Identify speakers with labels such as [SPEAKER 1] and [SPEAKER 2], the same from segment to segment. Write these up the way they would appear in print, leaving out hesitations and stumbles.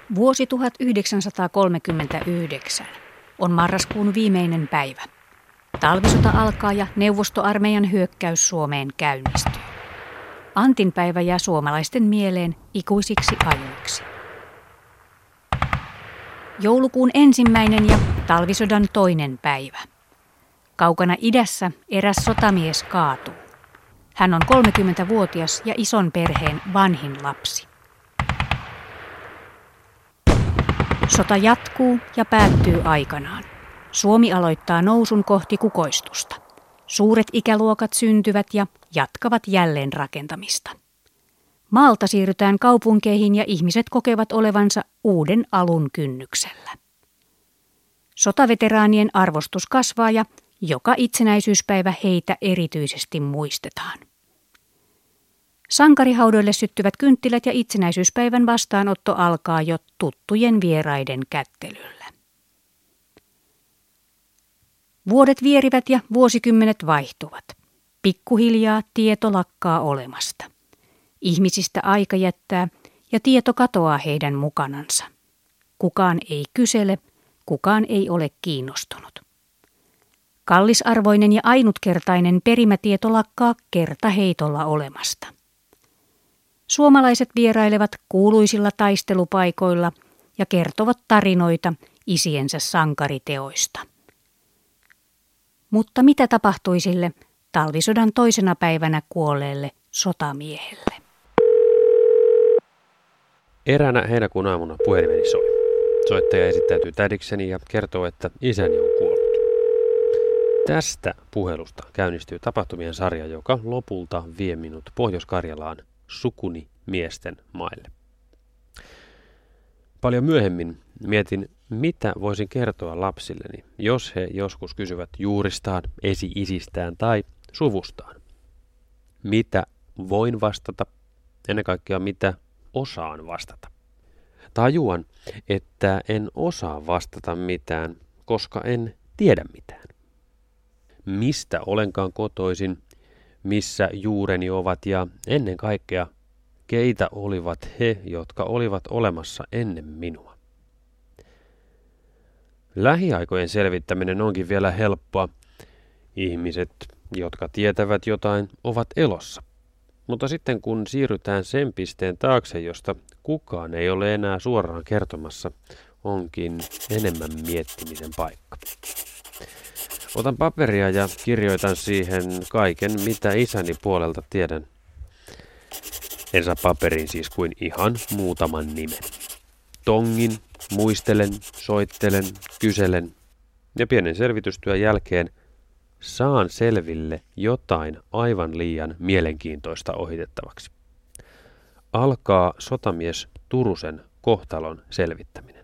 [SPEAKER 1] Vuosi 1939 on marraskuun viimeinen päivä. Talvisota alkaa ja neuvostoarmeijan hyökkäys Suomeen käynnistyy. Antin päivä jää suomalaisten mieleen ikuisiksi ajoiksi. Joulukuun 1. ja talvisodan 2. päivä. Kaukana idässä eräs sotamies kaatuu. Hän on 30-vuotias ja ison perheen vanhin lapsi. Sota jatkuu ja päättyy aikanaan. Suomi aloittaa nousun kohti kukoistusta. Suuret ikäluokat syntyvät ja jatkavat jälleen rakentamista. Maalta siirrytään kaupunkeihin ja ihmiset kokevat olevansa uuden alun kynnyksellä. Sotaveteraanien arvostus kasvaa ja joka itsenäisyyspäivä heitä erityisesti muistetaan. Sankarihaudoille syttyvät kynttilät ja itsenäisyyspäivän vastaanotto alkaa jo tuttujen vieraiden kättelyllä. Vuodet vierivät ja vuosikymmenet vaihtuvat. Pikkuhiljaa tieto lakkaa olemasta. Ihmisistä aika jättää ja tieto katoaa heidän mukanansa. Kukaan ei kysele, kukaan ei ole kiinnostunut. Kallisarvoinen ja ainutkertainen perimätieto lakkaa kertaheitolla olemasta. Suomalaiset vierailevat kuuluisilla taistelupaikoilla ja kertovat tarinoita isiensä sankariteoista. Mutta mitä tapahtui sille talvisodan 2. päivänä kuolleelle sotamiehelle?
[SPEAKER 2] Eräänä heinäkuun aamuna puhelimeni soi. Soittaja esittäytyy tädikseni ja kertoo, että isäni on kuollut. Tästä puhelusta käynnistyy tapahtumien sarja, joka lopulta vie minut Pohjois-Karjalaan sukuni miesten maille. Paljon myöhemmin mietin, mitä voisin kertoa lapsilleni, jos he joskus kysyvät juuristaan, esi-isistään tai suvustaan. Mitä voin vastata, ennen kaikkea mitä osaan vastata. Tajuan, että en osaa vastata mitään, koska en tiedä mitään. Mistä olenkaan kotoisin, missä juureni ovat ja ennen kaikkea, keitä olivat he, jotka olivat olemassa ennen minua. Lähiaikojen selvittäminen onkin vielä helppoa. Ihmiset, jotka tietävät jotain, ovat elossa. Mutta sitten kun siirrytään sen pisteen taakse, josta kukaan ei ole enää suoraan kertomassa, onkin enemmän miettimisen paikka. Otan paperia ja kirjoitan siihen kaiken, mitä isäni puolelta tiedän. En saa paperiin siis kuin ihan muutaman nimen. Tongin, muistelen, soittelen, kyselen ja pienen selvitystyön jälkeen saan selville jotain aivan liian mielenkiintoista ohitettavaksi. Alkaa sotamies Turusen kohtalon selvittäminen.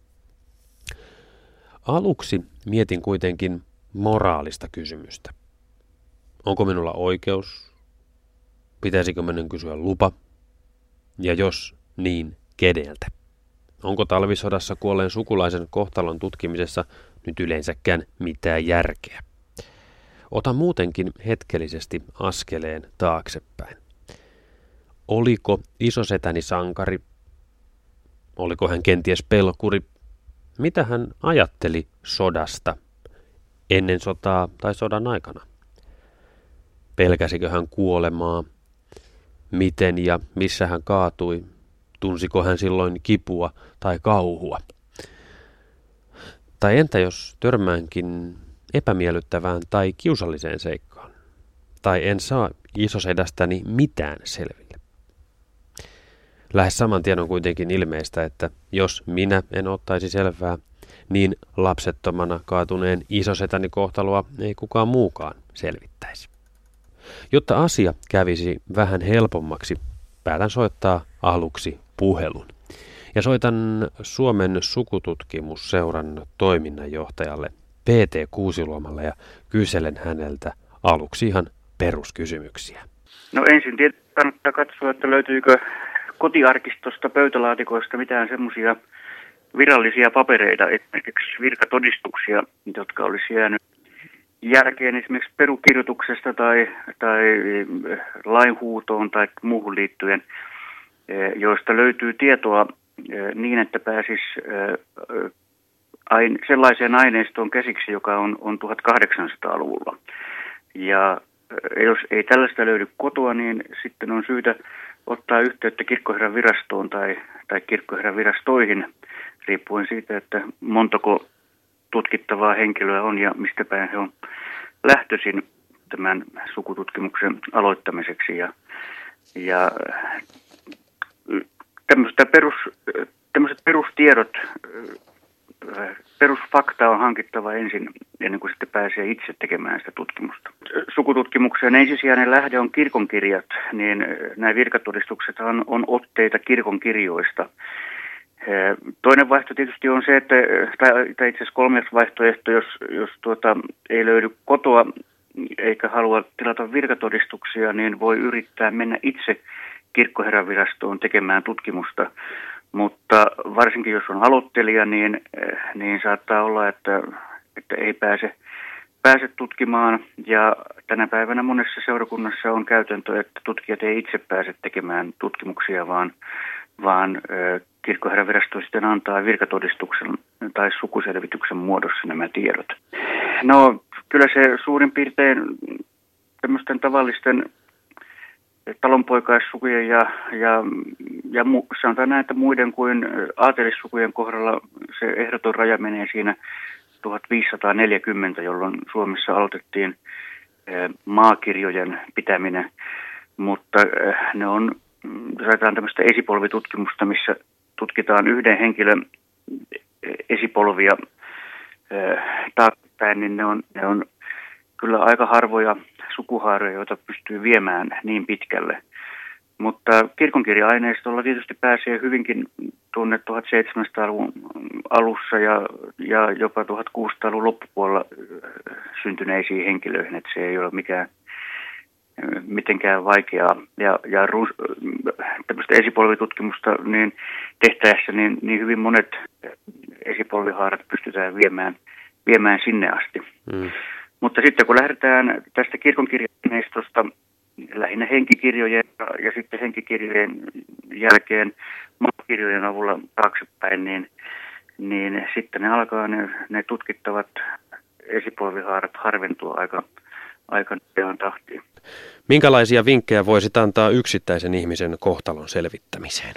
[SPEAKER 2] Aluksi mietin kuitenkin moraalista kysymystä. Onko minulla oikeus? Pitäisikö minun kysyä lupa? Ja jos niin, keneltä? Onko talvisodassa kuolleen sukulaisen kohtalon tutkimisessa nyt yleensäkään mitään järkeä? Otan muutenkin hetkellisesti askeleen taaksepäin. Oliko isosetäni sankari? Oliko hän kenties pelkuri? Mitä hän ajatteli sodasta ennen sotaa tai sodan aikana? Pelkäsikö hän kuolemaa? Miten ja missä hän kaatui? Tunsiko hän silloin kipua tai kauhua? Tai entä jos törmäänkin epämiellyttävään tai kiusalliseen seikkaan? Tai en saa isosedästäni mitään selville? Lähes saman tien on kuitenkin ilmeistä, että jos minä en ottaisi selvää, niin lapsettomana kaatuneen isosetäni kohtaloa ei kukaan muukaan selvittäisi. Jotta asia kävisi vähän helpommaksi, päätän soittaa aluksi puhelun. Ja soitan Suomen sukututkimusseuran toiminnanjohtajalle P.T. Kuusiluomalle ja kyselen häneltä aluksi ihan peruskysymyksiä.
[SPEAKER 3] No ensin tietysti kannattaa katsoa, että löytyykö kotiarkistosta, pöytälaatikoista mitään semmoisia virallisia papereita, esimerkiksi virkatodistuksia, jotka olisi jäänyt jälkeen esimerkiksi perukirjoituksesta tai lainhuutoon tai muuhun liittyen, joista löytyy tietoa niin, että pääsisi sellaiseen aineistoon käsiksi, joka on 1800-luvulla. Ja jos ei tällaista löydy kotoa, niin sitten on syytä ottaa yhteyttä kirkkoherran virastoon tai kirkkoherran virastoihin, riippuen siitä, että montako tutkittavaa henkilöä on ja mistä päin he on lähtöisin tämän sukututkimuksen aloittamiseksi. Ja tämmöiset perustiedot, perusfakta on hankittava ensin, ennen kuin sitten pääsee itse tekemään sitä tutkimusta. Sukututkimuksen ensisijainen lähde on kirkonkirjat, niin nämä virkatodistukset on otteita kirkonkirjoista. Toinen vaihtoehto tietysti on se, että, tai itse asiassa kolmas vaihtoehto, jos ei löydy kotoa eikä halua tilata virkatodistuksia, niin voi yrittää mennä itse kirkkoherran virastoon tekemään tutkimusta. Mutta varsinkin jos on aloittelija, niin saattaa olla, että ei pääse tutkimaan. Ja tänä päivänä monessa seurakunnassa on käytäntö, että tutkijat ei itse pääse tekemään tutkimuksia, vaan kirkkoherran virasto sitten antaa virkatodistuksen tai sukuselvityksen muodossa nämä tiedot. No kyllä se suurin piirtein tämmöisten tavallisten talonpoikaissukujen ja sanotaan näin, että muiden kuin aatelissukujen kohdalla se ehdoton raja menee siinä 1540, jolloin Suomessa aloitettiin maakirjojen pitäminen, mutta ne on, jos ajatellaan tämmöistä esipolvitutkimusta, missä tutkitaan yhden henkilön esipolvia taaksepäin, niin ne on kyllä aika harvoja sukuhaaroja, joita pystyy viemään niin pitkälle. Mutta kirkonkirja-aineistolla tietysti pääsee hyvinkin tuonne 1700-luvun alussa ja jopa 1600-luvun loppupuolella syntyneisiin henkilöihin, että se ei ole mitenkään vaikeaa. Ja tämmöistä esipolvitutkimusta niin tehtäessä niin hyvin monet esipolvihaarat pystytään viemään sinne asti. Mutta sitten kun lähdetään tästä kirkonkirja-aineistosta lähinnä henkikirjojen ja sitten henkikirjojen jälkeen maakirjojen avulla taaksepäin, niin sitten ne alkaa ne tutkittavat esipolvihaarat harventua aika nopeaan tahtiin.
[SPEAKER 2] Minkälaisia vinkkejä voisit antaa yksittäisen ihmisen kohtalon selvittämiseen?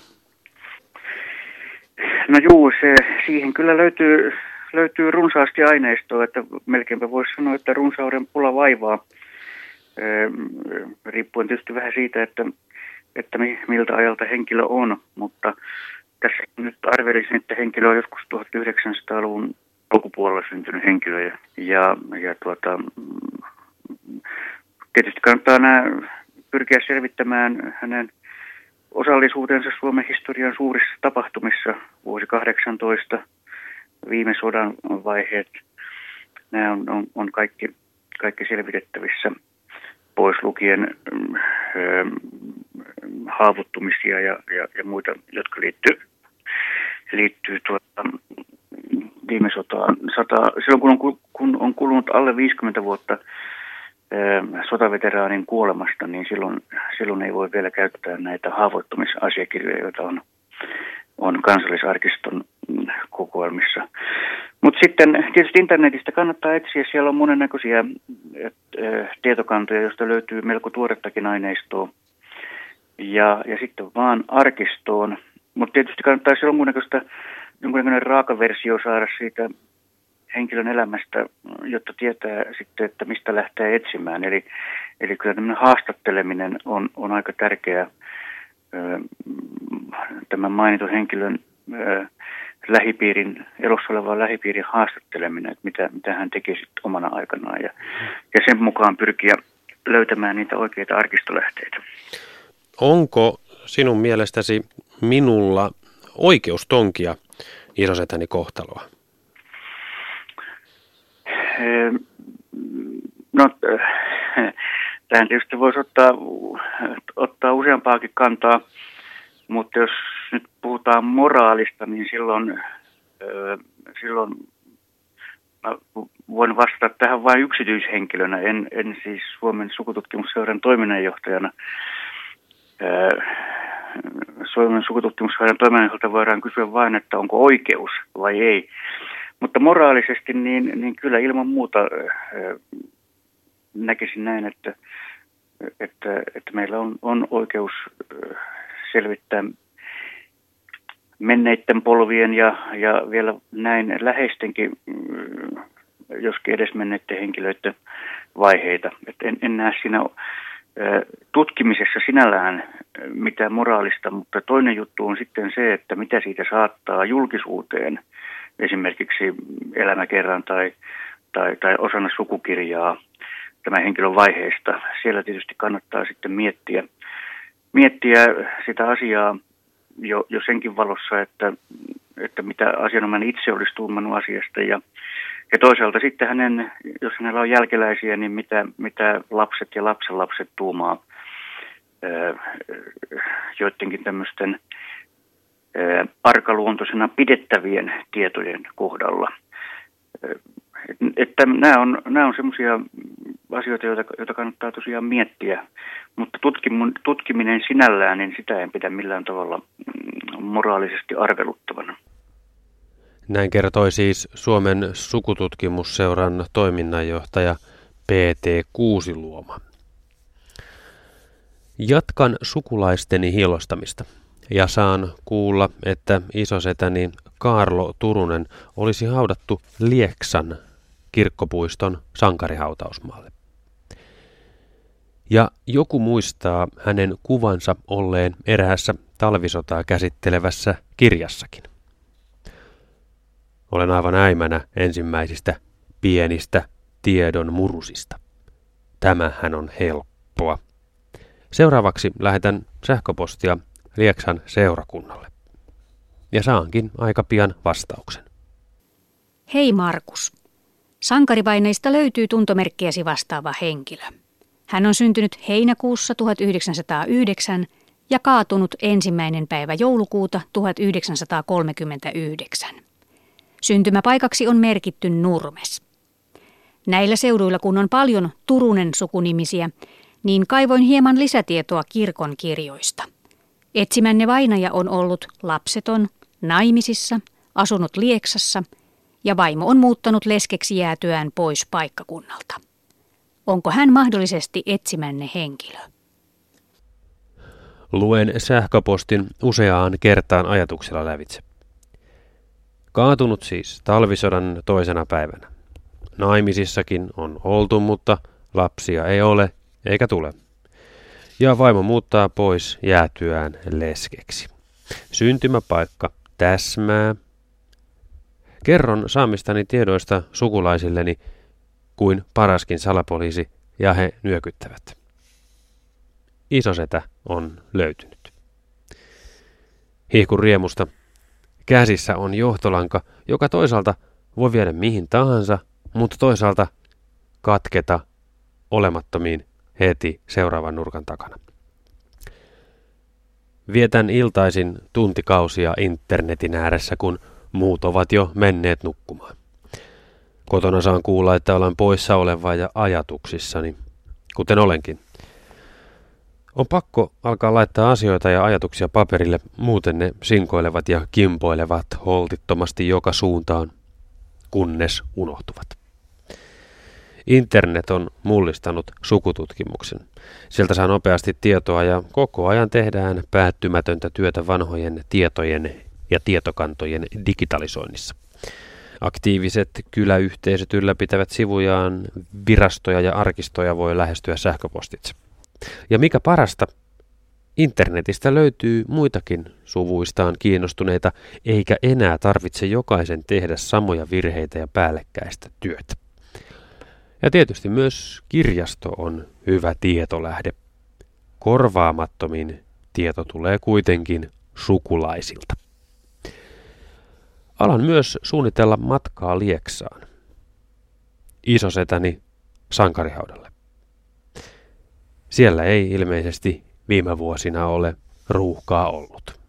[SPEAKER 3] No siihen kyllä löytyy runsaasti aineistoa, että melkeinpä voisi sanoa, että runsauden pula vaivaa, riippuen tietysti vähän siitä, että miltä ajalta henkilö on, mutta tässä nyt arvelisin, että henkilö on joskus 1900-luvun alkupuolella syntynyt henkilö ja tietysti kannattaa pyrkiä selvittämään hänen osallisuutensa Suomen historian suurissa tapahtumissa, vuosi 18, viime sodan vaiheet. Nämä on kaikki selvitettävissä, pois lukien haavoittumisia ja muita, jotka liittyy viime sotaan. Silloin kun on kulunut alle 50 vuotta sotaveteraanin kuolemasta, niin silloin ei voi vielä käyttää näitä haavoittumisasiakirjoja, joita on Kansallisarkiston kokoelmissa. Mutta sitten tietysti internetistä kannattaa etsiä, siellä on monennäköisiä tietokantoja, joista löytyy melko tuorettakin aineistoa. Ja sitten vaan arkistoon, mutta tietysti kannattaa jonkunnäköinen raakaversio saada siitä henkilön elämästä, jotta tietää sitten, että mistä lähtee etsimään. Eli kyllä tämmöinen haastatteleminen on aika tärkeää. Tämän mainitun henkilön elossa olevan lähipiirin haastatteleminen, että mitä hän teki sitten omana aikanaan ja sen mukaan pyrkiä löytämään niitä oikeita arkistolähteitä.
[SPEAKER 2] Onko sinun mielestäsi minulla oikeus tonkia isosetäni kohtaloa?
[SPEAKER 3] No, tähän tietysti voisi ottaa useampaakin kantaa, mutta jos nyt puhutaan moraalista, niin silloin mä voin vastata tähän vain yksityishenkilönä, en siis Suomen sukututkimusseuran toiminnanjohtajana. Suomen sukututkimussarjan toiminnalta voidaan kysyä vain, että onko oikeus vai ei. Mutta moraalisesti niin kyllä ilman muuta näkisin näin, että meillä on oikeus selvittää menneiden polvien ja vielä näin läheistenkin, joskin edes menneiden henkilöiden vaiheita. Että en näe siinä tutkimisessa sinällään mitään moraalista, mutta toinen juttu on sitten se, että mitä siitä saattaa julkisuuteen, esimerkiksi elämäkerran tai osana sukukirjaa tämän henkilön vaiheesta. Siellä tietysti kannattaa sitten miettiä sitä asiaa jo senkin valossa, että mitä asianomainen itse olisi tuumannut asiasta ja toisaalta sitten jos hänellä on jälkeläisiä, niin mitä lapset ja lapsenlapset tuumaa joidenkin tämmöisten arkaluontoisena pidettävien tietojen kohdalla. Että nämä on semmoisia asioita, joita kannattaa tosiaan miettiä, mutta tutkiminen sinällään, niin sitä en pidä millään tavalla moraalisesti arveluttavana.
[SPEAKER 2] Näin kertoi siis Suomen sukututkimusseuran toiminnanjohtaja P.T. Kuusiluoma. Jatkan sukulaisteni hiilostamista ja saan kuulla, että isosetäni Kaarlo Turunen olisi haudattu Lieksan kirkkopuiston sankarihautausmaalle. Ja joku muistaa hänen kuvansa olleen eräässä talvisotaa käsittelevässä kirjassakin. Olen aivan äimänä ensimmäisistä pienistä tiedon murusista. Tämähän on helppoa. Seuraavaksi lähetän sähköpostia Lieksan seurakunnalle. Ja saankin aika pian vastauksen.
[SPEAKER 1] Hei Markus. Sankaripaineista löytyy tuntomerkkiäsi vastaava henkilö. Hän on syntynyt heinäkuussa 1909 ja kaatunut 1. päivä joulukuuta 1939. Syntymäpaikaksi on merkitty Nurmes. Näillä seuduilla, kun on paljon Turunen sukunimisiä, niin kaivoin hieman lisätietoa kirkon kirjoista. Etsimänne vainaja on ollut lapseton, naimisissa, asunut Lieksassa ja vaimo on muuttanut leskeksi jäätyään pois paikkakunnalta. Onko hän mahdollisesti etsimänne henkilö?
[SPEAKER 2] Luen sähköpostin useaan kertaan ajatuksella lävitse. Kaatunut siis talvisodan 2. päivänä. Naimisissakin on oltu, mutta lapsia ei ole eikä tule. Ja vaimo muuttaa pois jäätyään leskeksi. Syntymäpaikka täsmää. Kerron saamistani tiedoista sukulaisilleni kuin paraskin salapoliisi ja he nyökyttävät. Isosetä on löytynyt. Hihkun riemusta. Käsissä on johtolanka, joka toisaalta voi viedä mihin tahansa, mutta toisaalta katketa olemattomiin heti seuraavan nurkan takana. Vietän iltaisin tuntikausia internetin ääressä, kun muut ovat jo menneet nukkumaan. Kotona saan kuulla, että olen poissa oleva ja ajatuksissani, kuten olenkin. On pakko alkaa laittaa asioita ja ajatuksia paperille, muuten ne sinkoilevat ja kimpoilevat holtittomasti joka suuntaan, kunnes unohtuvat. Internet on mullistanut sukututkimuksen. Sieltä saa nopeasti tietoa ja koko ajan tehdään päättymätöntä työtä vanhojen tietojen ja tietokantojen digitalisoinnissa. Aktiiviset kyläyhteisöt ylläpitävät sivujaan, virastoja ja arkistoja voi lähestyä sähköpostitse. Ja mikä parasta, internetistä löytyy muitakin suvuistaan kiinnostuneita, eikä enää tarvitse jokaisen tehdä samoja virheitä ja päällekkäistä työtä. Ja tietysti myös kirjasto on hyvä tietolähde. Korvaamattomin tieto tulee kuitenkin sukulaisilta. Alan myös suunnitella matkaa Lieksaan. Isosetäni sankarihaudalle. Siellä ei ilmeisesti viime vuosina ole ruuhkaa ollut.